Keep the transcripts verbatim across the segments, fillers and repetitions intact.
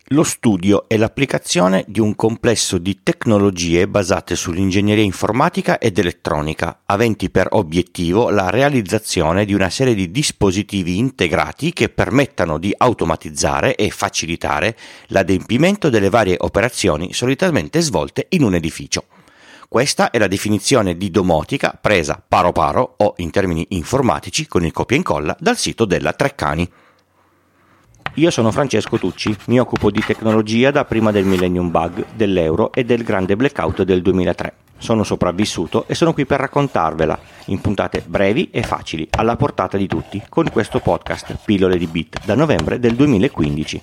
Lo studio è l'applicazione di un complesso di tecnologie basate sull'ingegneria informatica ed elettronica, aventi per obiettivo la realizzazione di una serie di dispositivi integrati che permettano di automatizzare e facilitare l'adempimento delle varie operazioni solitamente svolte in un edificio. Questa è la definizione di domotica presa paro paro o in termini informatici con il copia e incolla dal sito della Treccani. Io sono Francesco Tucci, mi occupo di tecnologia da prima del Millennium Bug, dell'euro e del grande blackout del duemilatré. Sono sopravvissuto e sono qui per raccontarvela, in puntate brevi e facili, alla portata di tutti, con questo podcast Pillole di Bit da novembre del duemilaquindici.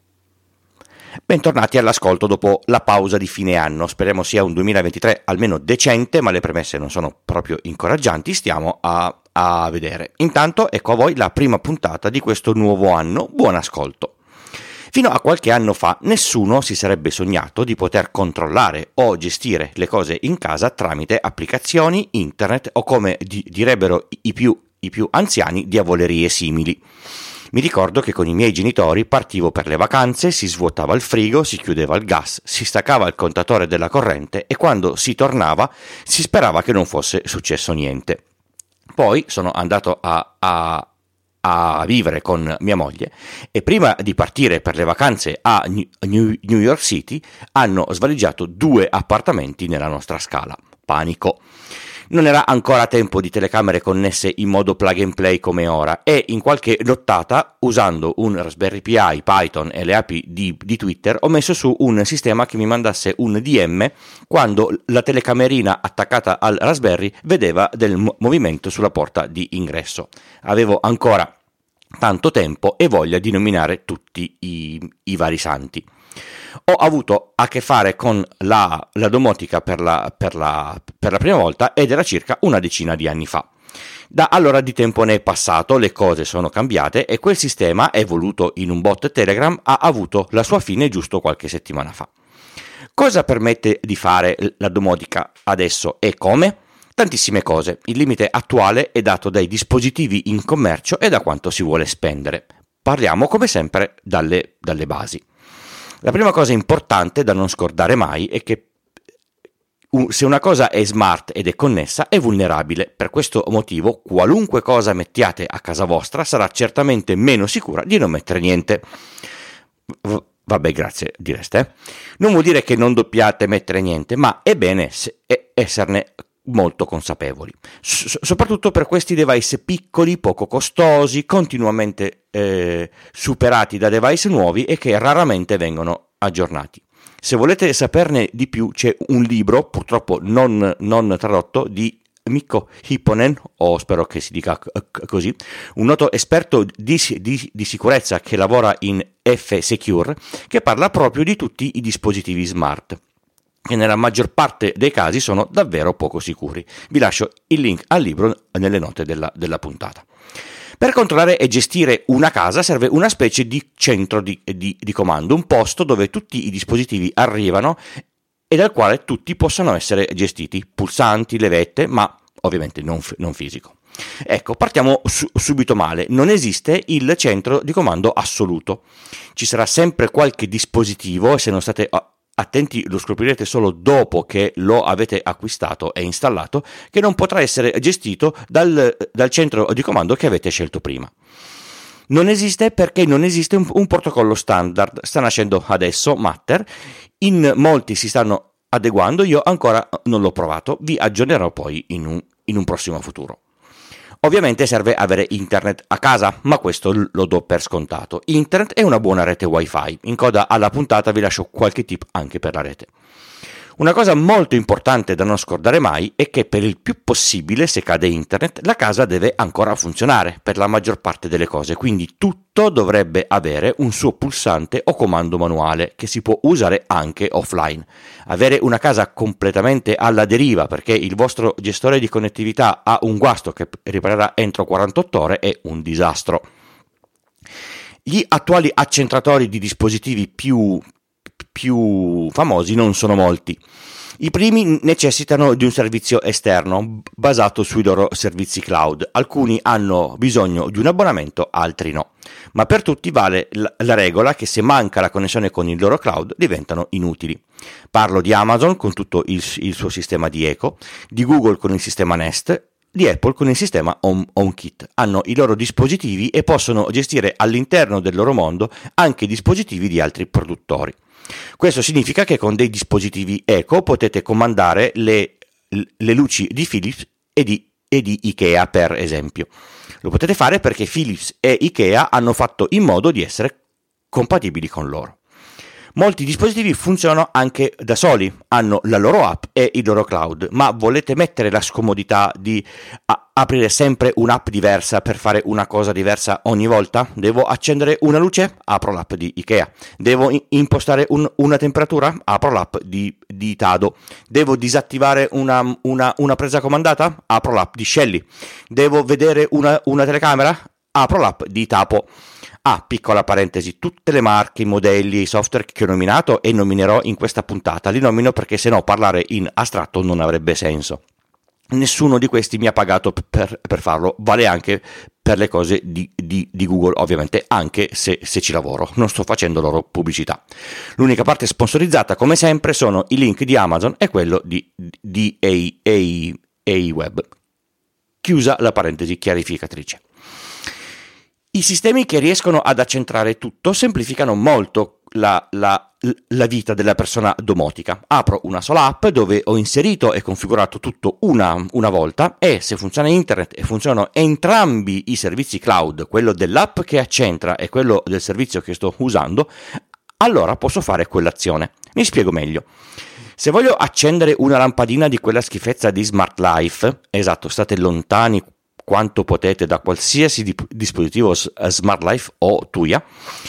Bentornati all'ascolto dopo la pausa di fine anno, speriamo sia un duemilaventitré almeno decente, ma le premesse non sono proprio incoraggianti, stiamo a, a vedere. Intanto ecco a voi la prima puntata di questo nuovo anno, buon ascolto. Fino a qualche anno fa nessuno si sarebbe sognato di poter controllare o gestire le cose in casa tramite applicazioni, internet o come di, direbbero i più, i più anziani, diavolerie simili. Mi ricordo che con i miei genitori partivo per le vacanze, si svuotava il frigo, si chiudeva il gas, si staccava il contatore della corrente e quando si tornava si sperava che non fosse successo niente. Poi sono andato a, a, a vivere con mia moglie e prima di partire per le vacanze a New, New York City hanno svaligiato due appartamenti nella nostra scala. Panico. Non era ancora tempo di telecamere connesse in modo plug and play come ora e in qualche nottata, usando un Raspberry Pi, Python e le A P I di, di Twitter, ho messo su un sistema che mi mandasse un D M quando la telecamerina attaccata al Raspberry vedeva del mo- movimento sulla porta di ingresso. Avevo ancora tanto tempo e voglia di nominare tutti i, i vari santi. Ho avuto a che fare con la, la domotica per la, per, la, per la prima volta ed era circa una decina di anni fa. Da allora di tempo ne è passato, le cose sono cambiate e quel sistema, evoluto in un bot Telegram, ha avuto la sua fine giusto qualche settimana fa. Cosa permette di fare la domotica adesso e come? Tantissime cose. Il limite attuale è dato dai dispositivi in commercio e da quanto si vuole spendere. Parliamo come sempre dalle, dalle basi. La prima cosa importante da non scordare mai è che se una cosa è smart ed è connessa è vulnerabile. Per questo motivo qualunque cosa mettiate a casa vostra sarà certamente meno sicura di non mettere niente. V- vabbè, grazie, direste. Non vuol dire che non dobbiate mettere niente, ma è bene se- esserne molto consapevoli, S- soprattutto per questi device piccoli, poco costosi, continuamente eh, superati da device nuovi e che raramente vengono aggiornati. Se volete saperne di più c'è un libro, purtroppo non, non tradotto, di Mikko Hipponen, o spero che si dica così, un noto esperto di, di, di sicurezza che lavora in F-Secure, che parla proprio di tutti i dispositivi smart, che nella maggior parte dei casi sono davvero poco sicuri. Vi lascio il link al libro nelle note della, della puntata. Per controllare e gestire una casa serve una specie di centro di, di, di comando, un posto dove tutti i dispositivi arrivano e dal quale tutti possono essere gestiti, pulsanti, levette, ma ovviamente non, non fisico. Ecco, partiamo su, subito male. Non esiste il centro di comando assoluto. Ci sarà sempre qualche dispositivo, e se non state attenti lo scoprirete solo dopo che lo avete acquistato e installato, che non potrà essere gestito dal, dal centro di comando che avete scelto prima. Non esiste perché non esiste un, un protocollo standard. Sta nascendo adesso Matter, in molti si stanno adeguando, io ancora non l'ho provato, vi aggiornerò poi in un, in un prossimo futuro. Ovviamente serve avere internet a casa, ma questo lo do per scontato. Internet è una buona rete wifi. In coda alla puntata vi lascio qualche tip anche per la rete. Una cosa molto importante da non scordare mai è che per il più possibile, se cade internet, la casa deve ancora funzionare per la maggior parte delle cose, quindi tutto dovrebbe avere un suo pulsante o comando manuale che si può usare anche offline. Avere una casa completamente alla deriva perché il vostro gestore di connettività ha un guasto che riparerà entro quarantotto ore è un disastro. Gli attuali accentratori di dispositivi più più famosi non sono molti. I primi necessitano di un servizio esterno basato sui loro servizi cloud. Alcuni hanno bisogno di un abbonamento, altri no. Ma per tutti vale la regola che se manca la connessione con il loro cloud diventano inutili. Parlo di Amazon con tutto il, il suo sistema di Echo, di Google con il sistema Nest, di Apple con il sistema Home, HomeKit. Hanno i loro dispositivi e possono gestire all'interno del loro mondo anche dispositivi di altri produttori. Questo significa che con dei dispositivi Echo potete comandare le, le luci di Philips e di, e di Ikea, per esempio. Lo potete fare perché Philips e Ikea hanno fatto in modo di essere compatibili con loro. Molti dispositivi funzionano anche da soli, hanno la loro app e il loro cloud, ma volete mettere la scomodità di a- aprire sempre un'app diversa per fare una cosa diversa ogni volta? Devo accendere una luce? Apro l'app di Ikea. Devo in- impostare un- una temperatura? Apro l'app di, di Tado. Devo disattivare una, una, una presa comandata? Apro l'app di Shelly. Devo vedere una, una telecamera? Apro l'app di Tapo. Ah, piccola parentesi, tutte le marche, i modelli, i software che ho nominato e nominerò in questa puntata, li nomino perché sennò parlare in astratto non avrebbe senso. Nessuno di questi mi ha pagato per, per farlo, vale anche per le cose di, di, di Google, ovviamente, anche se, se ci lavoro, non sto facendo loro pubblicità. L'unica parte sponsorizzata, come sempre, sono i link di Amazon e quello di, di A I Web. Chiusa la parentesi chiarificatrice. I sistemi che riescono ad accentrare tutto semplificano molto la, la, la vita della persona domotica. Apro una sola app dove ho inserito e configurato tutto una, una volta e se funziona internet e funzionano entrambi i servizi cloud, quello dell'app che accentra e quello del servizio che sto usando, allora posso fare quell'azione. Mi spiego meglio. Se voglio accendere una lampadina di quella schifezza di Smart Life, esatto, state lontani quanto potete da qualsiasi dip- dispositivo Smart Life o Tuya,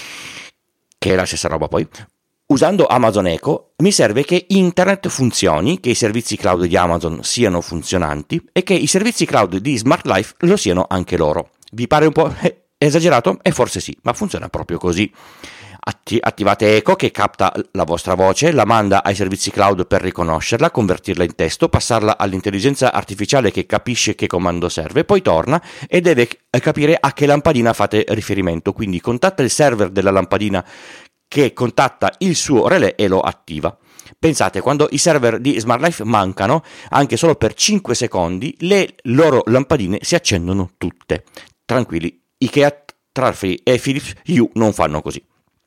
che è la stessa roba poi, usando Amazon Echo mi serve che internet funzioni, che i servizi cloud di Amazon siano funzionanti e che i servizi cloud di Smart Life lo siano anche loro. Vi pare un po' esagerato? E forse sì, ma funziona proprio così. Atti- attivate Echo che capta la vostra voce, la manda ai servizi cloud per riconoscerla, convertirla in testo, passarla all'intelligenza artificiale che capisce che comando serve, poi torna e deve capire a che lampadina fate riferimento, quindi contatta il server della lampadina che contatta il suo relè e lo attiva. Pensate, quando i server di Smart Life mancano, anche solo per cinque secondi, le loro lampadine si accendono tutte. Tranquilli, Ikea, Traffi e Philips Hue non fanno così.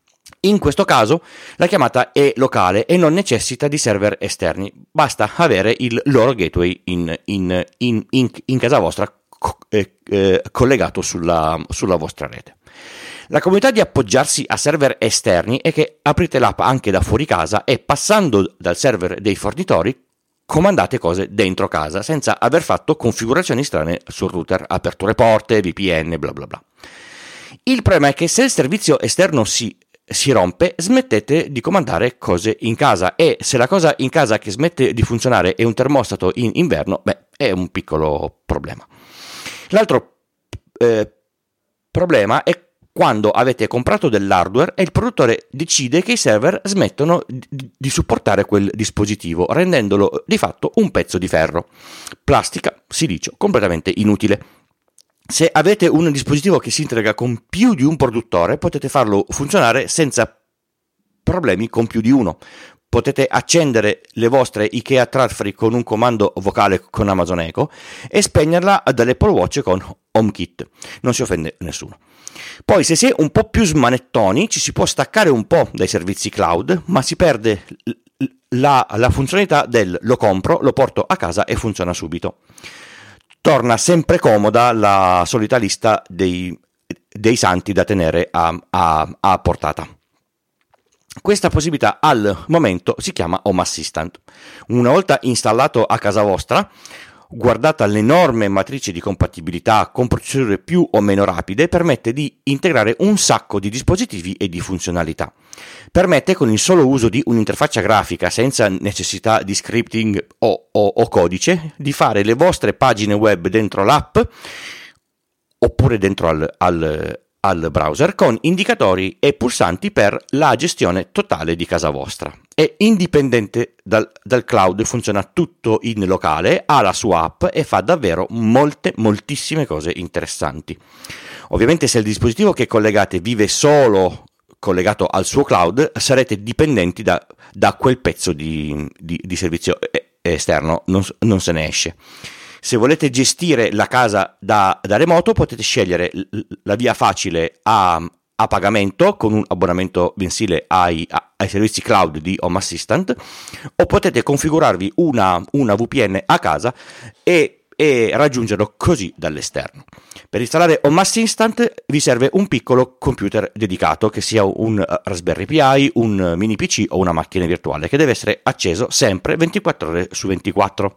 In questo caso la chiamata è locale e non necessita di server esterni, basta avere il loro gateway in, in, in, in, in casa vostra co- eh, eh, collegato sulla, sulla vostra rete. La comodità di appoggiarsi a server esterni è che aprite l'app anche da fuori casa e passando dal server dei fornitori comandate cose dentro casa senza aver fatto configurazioni strane sul router, aperture porte, V P N, bla bla bla. Il problema è che se il servizio esterno si si rompe, smettete di comandare cose in casa e se la cosa in casa che smette di funzionare è un termostato in inverno, beh, è un piccolo problema. L'altro eh, problema è quando avete comprato dell'hardware e il produttore decide che i server smettono di, di supportare quel dispositivo, rendendolo di fatto un pezzo di ferro, plastica, silicio, completamente inutile. Se avete un dispositivo che si integra con più di un produttore, potete farlo funzionare senza problemi con più di uno. Potete accendere le vostre Ikea Traffic con un comando vocale con Amazon Echo e spegnerla dall'Apple Watch con HomeKit. Non si offende nessuno. Poi, se si è un po' più smanettoni, ci si può staccare un po' dai servizi cloud, ma si perde la, la funzionalità del lo compro, lo porto a casa e funziona subito. Torna sempre comoda la solita lista dei, dei santi da tenere a, a, a portata. Questa possibilità al momento si chiama Home Assistant. Una volta installato a casa vostra, guardata l'enorme matrice di compatibilità con procedure più o meno rapide, permette di integrare un sacco di dispositivi e di funzionalità. Permette, con il solo uso di un'interfaccia grafica senza necessità di scripting o, o, o codice, di fare le vostre pagine web dentro l'app oppure dentro al, al, al browser con indicatori e pulsanti per la gestione totale di casa vostra. È indipendente dal, dal cloud, funziona tutto in locale, ha la sua app e fa davvero molte, moltissime cose interessanti. Ovviamente se il dispositivo che collegate vive solo collegato al suo cloud, sarete dipendenti da, da quel pezzo di, di, di servizio esterno, non, non se ne esce. Se volete gestire la casa da, da remoto, potete scegliere la via facile a, a pagamento con un abbonamento mensile ai, ai servizi cloud di Home Assistant, o potete configurarvi una, una V P N a casa e, e raggiungerlo così dall'esterno. Per installare Home Assistant vi serve un piccolo computer dedicato, che sia un Raspberry Pi, un mini P C o una macchina virtuale, che deve essere acceso sempre ventiquattro ore su ventiquattro.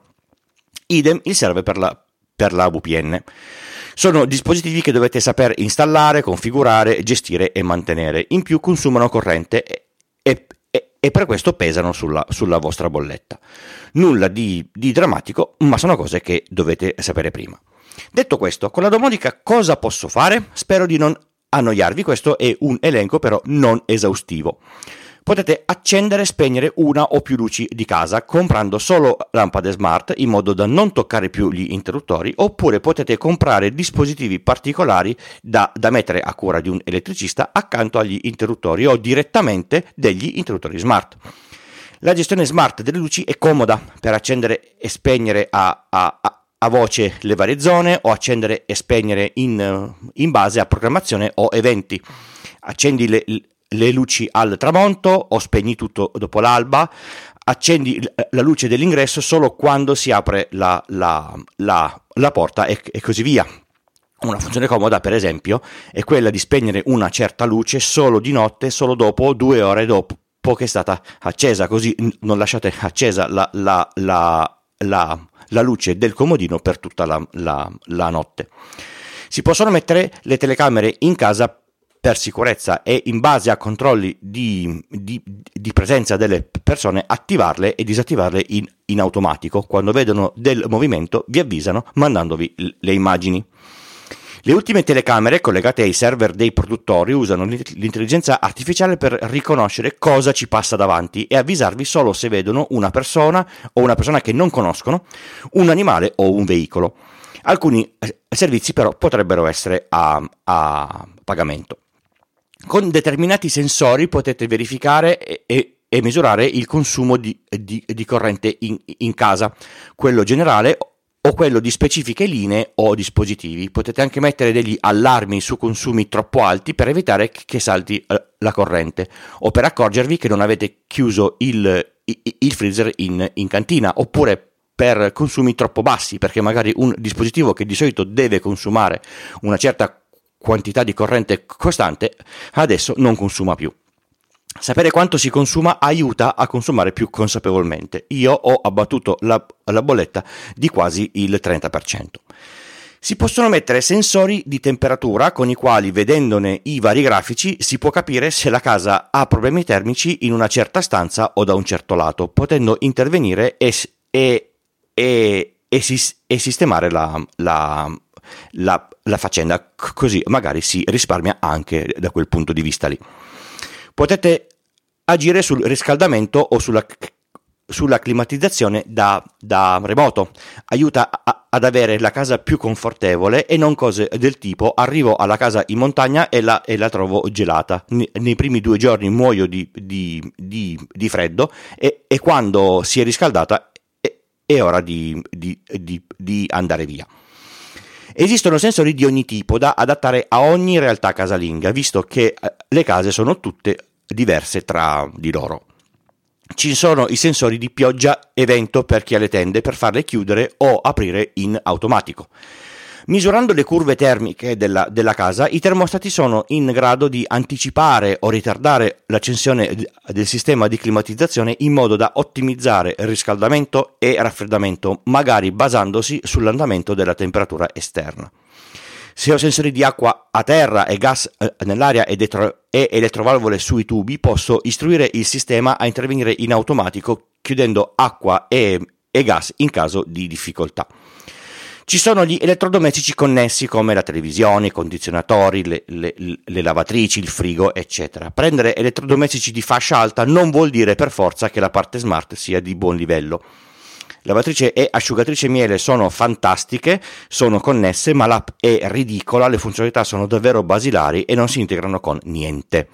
Idem il serve per la, per la V P N. Sono dispositivi che dovete saper installare, configurare, gestire e mantenere. In più consumano corrente e, e, e per questo pesano sulla, sulla vostra bolletta. Nulla di, di drammatico, ma sono cose che dovete sapere prima. Detto questo, con la domotica cosa posso fare? Spero di non annoiarvi, questo è un elenco però non esaustivo. Potete accendere e spegnere una o più luci di casa comprando solo lampade smart in modo da non toccare più gli interruttori, oppure potete comprare dispositivi particolari da, da mettere a cura di un elettricista accanto agli interruttori o direttamente degli interruttori smart. La gestione smart delle luci è comoda per accendere e spegnere a, a, a voce le varie zone, o accendere e spegnere in, in base a programmazione o eventi. Accendi le le luci al tramonto o spegni tutto dopo l'alba, accendi la luce dell'ingresso solo quando si apre la, la, la, la porta e, e così via. Una funzione comoda, per esempio, è quella di spegnere una certa luce solo di notte, solo dopo due ore dopo che è stata accesa, così non lasciate accesa la, la, la, la, la luce del comodino per tutta la, la, la notte. Si possono mettere le telecamere in casa per sicurezza e, in base a controlli di, di, di presenza delle persone, attivarle e disattivarle in, in automatico. Quando vedono del movimento vi avvisano mandandovi le immagini. Le ultime telecamere collegate ai server dei produttori usano l'intelligenza artificiale per riconoscere cosa ci passa davanti e avvisarvi solo se vedono una persona o una persona che non conoscono, un animale o un veicolo. Alcuni servizi però potrebbero essere a, a pagamento. Con determinati sensori potete verificare e, e, e misurare il consumo di, di, di corrente in, in casa, quello generale o quello di specifiche linee o dispositivi. Potete anche mettere degli allarmi su consumi troppo alti per evitare che salti la corrente, o per accorgervi che non avete chiuso il, il freezer in, in cantina, oppure per consumi troppo bassi, perché magari un dispositivo che di solito deve consumare una certa quantità di corrente costante adesso non consuma più. Sapere quanto si consuma aiuta a consumare più consapevolmente. Io ho abbattuto la, la bolletta di quasi il trenta per cento. Si possono mettere sensori di temperatura con i quali, vedendone i vari grafici, si può capire se la casa ha problemi termici in una certa stanza o da un certo lato, potendo intervenire e, e, e, e, e sistemare la, la, la, la faccenda, così magari si risparmia anche da quel punto di vista lì. Potete agire sul riscaldamento o sulla, sulla climatizzazione da, da remoto. Aiuta a, ad avere la casa più confortevole e non cose del tipo: arrivo alla casa in montagna e la, e la trovo gelata. Nei, nei primi due giorni muoio di, di, di, di freddo e, e quando si è riscaldata è, è ora di, di, di, di andare via. Esistono sensori di ogni tipo da adattare a ogni realtà casalinga, visto che le case sono tutte diverse tra di loro. Ci sono i sensori di pioggia e vento per chi ha le tende, per farle chiudere o aprire in automatico. Misurando le curve termiche della, della casa, i termostati sono in grado di anticipare o ritardare l'accensione del sistema di climatizzazione in modo da ottimizzare riscaldamento e raffreddamento, magari basandosi sull'andamento della temperatura esterna. Se ho sensori di acqua a terra e gas nell'aria e, detro, e elettrovalvole sui tubi, posso istruire il sistema a intervenire in automatico chiudendo acqua e, e gas in caso di difficoltà. Ci sono gli elettrodomestici connessi come la televisione, i condizionatori, le, le, le lavatrici, il frigo, eccetera. Prendere elettrodomestici di fascia alta non vuol dire per forza che la parte smart sia di buon livello. Lavatrice e asciugatrice miele sono fantastiche, sono connesse, ma l'app è ridicola, le funzionalità sono davvero basilari e non si integrano con niente.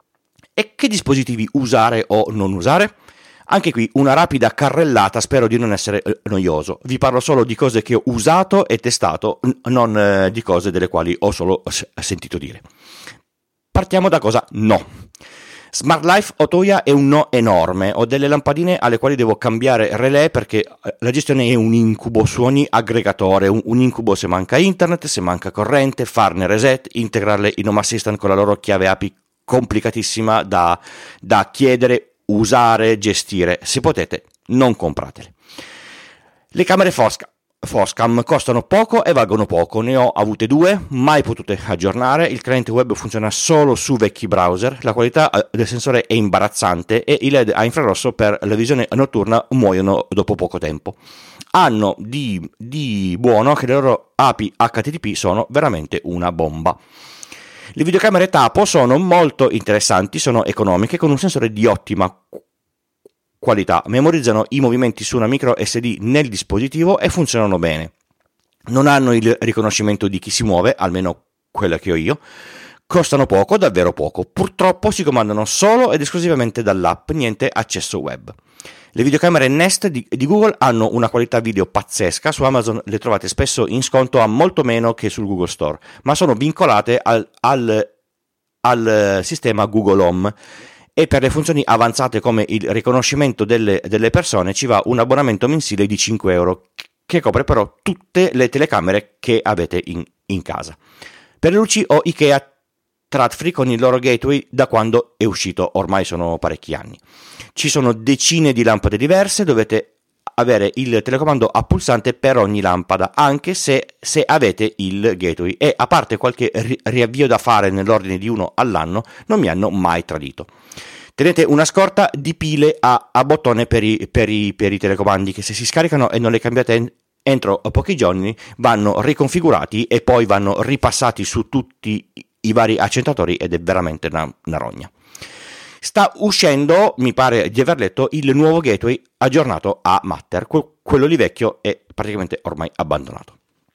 E che dispositivi usare o non usare? Anche qui una rapida carrellata, spero di non essere eh, noioso. Vi parlo solo di cose che ho usato e testato, n- non eh, di cose delle quali ho solo s- sentito dire. Partiamo da cosa no. Smart Life Otoia è un no enorme, ho delle lampadine alle quali devo cambiare relè perché la gestione è un incubo su ogni aggregatore, un, un incubo se manca internet, se manca corrente, farne reset, integrarle in Home Assistant con la loro chiave A P I complicatissima da, da chiedere, usare, gestire. Se potete, non compratele. Le camere Fosca. Foscam costano poco e valgono poco, ne ho avute due, mai potute aggiornare, il cliente web funziona solo su vecchi browser, la qualità del sensore è imbarazzante e i L E D a infrarosso per la visione notturna muoiono dopo poco tempo. Hanno di, di buono che le loro A P I H T T P sono veramente una bomba. Le videocamere Tapo sono molto interessanti, sono economiche, con un sensore di ottima qualità, memorizzano i movimenti su una micro S D nel dispositivo e funzionano bene. Non hanno il riconoscimento di chi si muove, almeno quella che ho io, costano poco, davvero poco, purtroppo si comandano solo ed esclusivamente dall'app, niente accesso web. Le videocamere Nest di, di Google hanno una qualità video pazzesca, su Amazon le trovate spesso in sconto a molto meno che sul Google Store, ma sono vincolate al, al, al sistema Google Home. E per le funzioni avanzate come il riconoscimento delle, delle persone ci va un abbonamento mensile di cinque euro che copre però tutte le telecamere che avete in, in casa. Per le luci ho Ikea Tradfree con il loro gateway da quando è uscito, ormai sono parecchi anni. Ci sono decine di lampade diverse, dovete avere il telecomando a pulsante per ogni lampada, anche se, se avete il gateway, e a parte qualche ri- riavvio da fare nell'ordine di uno all'anno, non mi hanno mai tradito. Tenete una scorta di pile a, a bottone per i, per, i, per i telecomandi che se si scaricano e non le cambiate en- entro pochi giorni vanno riconfigurati e poi vanno ripassati su tutti i, i vari accentuatori ed è veramente una, una rogna. Sta uscendo, mi pare di aver letto, il nuovo gateway aggiornato a Matter, que- quello lì vecchio è praticamente ormai abbandonato.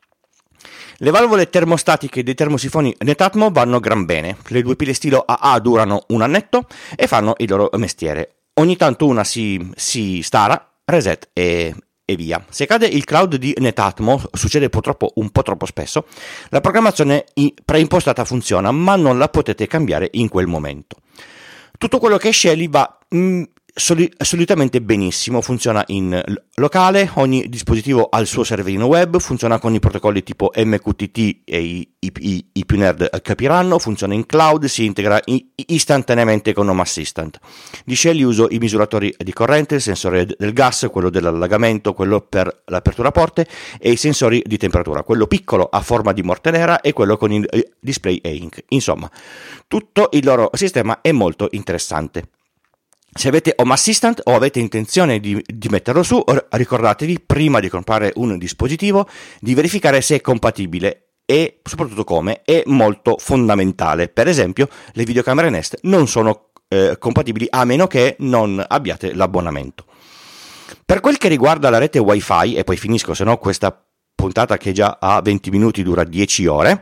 Le valvole termostatiche dei termosifoni Netatmo vanno gran bene, le due pile stilo A A durano un annetto e fanno il loro mestiere. Ogni tanto una si, si stara, reset e, e via. Se cade il cloud di Netatmo, succede purtroppo un po' troppo spesso, la programmazione preimpostata funziona, ma non la potete cambiare in quel momento. Tutto quello che scegli va mh, soli- solitamente benissimo, funziona in locale, ogni dispositivo ha il suo serverino web, funziona con i protocolli tipo M Q T T e i, i, i, i più nerd capiranno, funziona in cloud, si integra i, istantaneamente con Home Assistant. Di scegli uso i misuratori di corrente, il sensore del gas, quello dell'allagamento, quello per l'apertura porte e i sensori di temperatura, quello piccolo a forma di morte nera e quello con il display e-ink. Insomma, tutto il loro sistema è molto interessante. Se avete Home Assistant o avete intenzione di, di metterlo su, ricordatevi prima di comprare un dispositivo di verificare se è compatibile e soprattutto come. È molto fondamentale. Per esempio, le videocamere Nest non sono eh, compatibili a meno che non abbiate l'abbonamento. Per quel che riguarda la rete Wi-Fi, e poi finisco, se no questa puntata che già ha venti minuti dura dieci ore,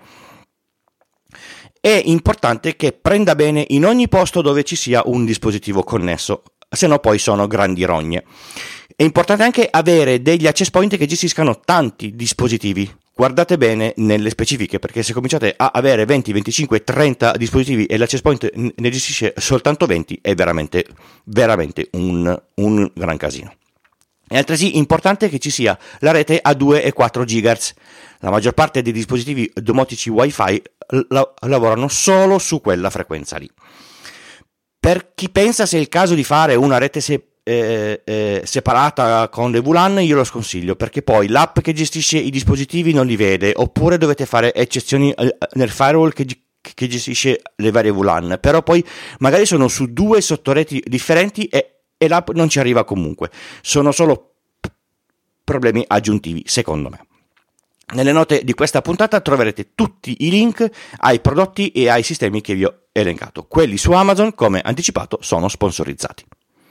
è importante che prenda bene in ogni posto dove ci sia un dispositivo connesso, se no poi sono grandi rogne. È importante anche avere degli access point che gestiscano tanti dispositivi. Guardate bene nelle specifiche, perché se cominciate a avere venti, venticinque, trenta dispositivi e l'access point ne gestisce soltanto venti, è veramente, veramente un, un gran casino. È altresì importante che ci sia la rete a due e quattro gigahertz. La maggior parte dei dispositivi domotici Wi-Fi la- lavorano solo su quella frequenza lì. Per chi pensa sia il caso di fare una rete se- eh, eh, separata con le V LAN, io lo sconsiglio, perché poi l'app che gestisce i dispositivi non li vede, oppure dovete fare eccezioni eh, nel firewall che, che gestisce le varie V LAN, però poi magari sono su due sottoreti differenti e, e l'app non ci arriva comunque. Sono solo p- problemi aggiuntivi, secondo me. Nelle note di questa puntata troverete tutti i link ai prodotti e ai sistemi che vi ho elencato. Quelli su Amazon, come anticipato, sono sponsorizzati.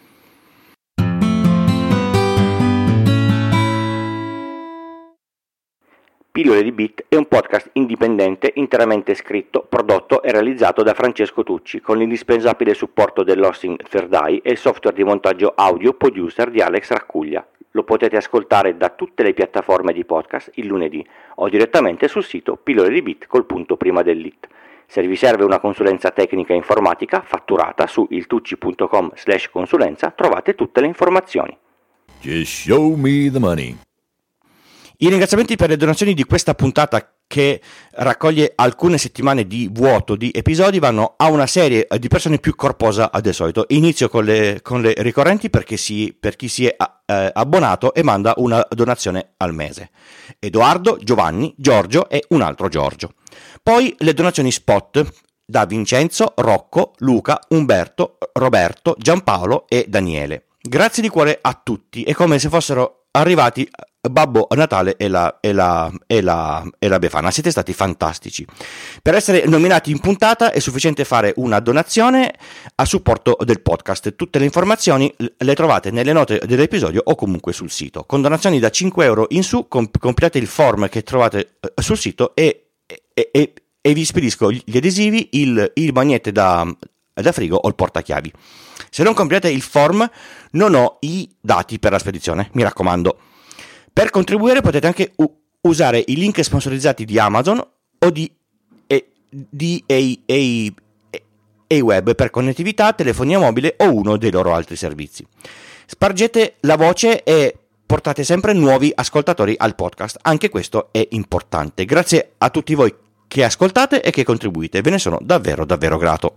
Pillole di Bit è un podcast indipendente interamente scritto, prodotto e realizzato da Francesco Tucci con l'indispensabile supporto dell'hosting Third Eye e il software di montaggio audio Producer di Alex Raccuglia. Lo potete ascoltare da tutte le piattaforme di podcast il lunedì o direttamente sul sito Pillole di Bit col punto prima dell'it. Se vi serve una consulenza tecnica e informatica fatturata su iltucci punto com slash consulenza trovate tutte le informazioni. Just show me the money. I ringraziamenti per le donazioni di questa puntata, che raccoglie alcune settimane di vuoto di episodi, vanno a una serie di persone più corposa del solito. Inizio con le, con le ricorrenti perché si, per chi si è eh, abbonato e manda una donazione al mese. Edoardo, Giovanni, Giorgio e un altro Giorgio. Poi le donazioni spot da Vincenzo, Rocco, Luca, Umberto, Roberto, Giampaolo e Daniele. Grazie di cuore a tutti, è come se fossero arrivati Babbo Natale e la, e, la, e, la, e la Befana. Siete stati fantastici. Per essere nominati in puntata è sufficiente fare una donazione a supporto del podcast. Tutte le informazioni le trovate nelle note dell'episodio o comunque sul sito. Con donazioni da cinque euro in su comp- compilate il form che trovate sul sito e, e, e, e vi spedisco gli adesivi, il, il magnete da, da frigo o il portachiavi. Se non compilate il form non ho i dati per la spedizione, mi raccomando. Per contribuire potete anche u- usare i link sponsorizzati di Amazon o di, e, di A, A, A-Web per connettività, telefonia mobile o uno dei loro altri servizi. Spargete la voce e portate sempre nuovi ascoltatori al podcast, anche questo è importante. Grazie a tutti voi che ascoltate e che contribuite, ve ne sono davvero davvero grato.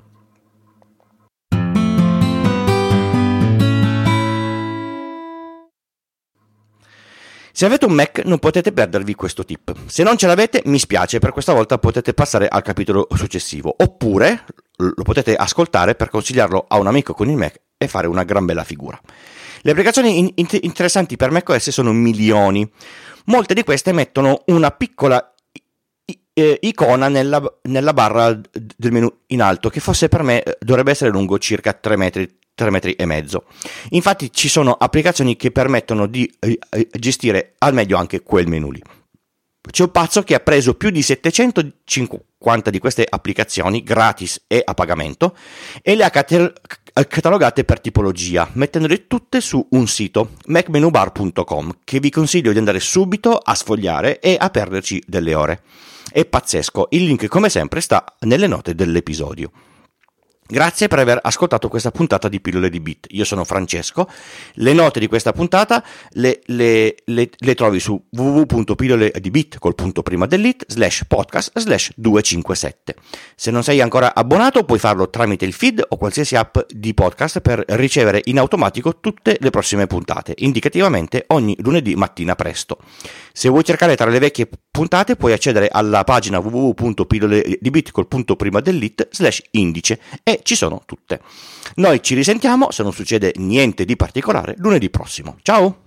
Se avete un Mac non potete perdervi questo tip. Se non ce l'avete, mi spiace, per questa volta potete passare al capitolo successivo, oppure lo potete ascoltare per consigliarlo a un amico con il Mac e fare una gran bella figura. Le applicazioni in- in- interessanti per macOS sono milioni. Molte di queste mettono una piccola i- i- icona nella, nella barra del menu in alto, che forse per me dovrebbe essere lungo circa tre metri. tre metri e mezzo. Infatti ci sono applicazioni che permettono di eh, gestire al meglio anche quel menu lì. C'è un pazzo che ha preso più di settecentocinquanta di queste applicazioni gratis e a pagamento e le ha catal- catalogate per tipologia, mettendole tutte su un sito, mac menu bar punto com, che vi consiglio di andare subito a sfogliare e a perderci delle ore. È pazzesco, il link come sempre sta nelle note dell'episodio. Grazie per aver ascoltato questa puntata di Pillole di Bit. Io sono Francesco. Le note di questa puntata le, le, le, le trovi su w w w punto pillole di bit col punto prima dell'it slash podcast slash duecentocinquantasette. Se non sei ancora abbonato puoi farlo tramite il feed o qualsiasi app di podcast per ricevere in automatico tutte le prossime puntate, indicativamente ogni lunedì mattina presto. Se vuoi cercare tra le vecchie puntate puoi accedere alla pagina w w w punto pillole di bit col punto prima dell'it slash indice e ci sono tutte. Noi ci risentiamo, se non succede niente di particolare, lunedì prossimo. Ciao!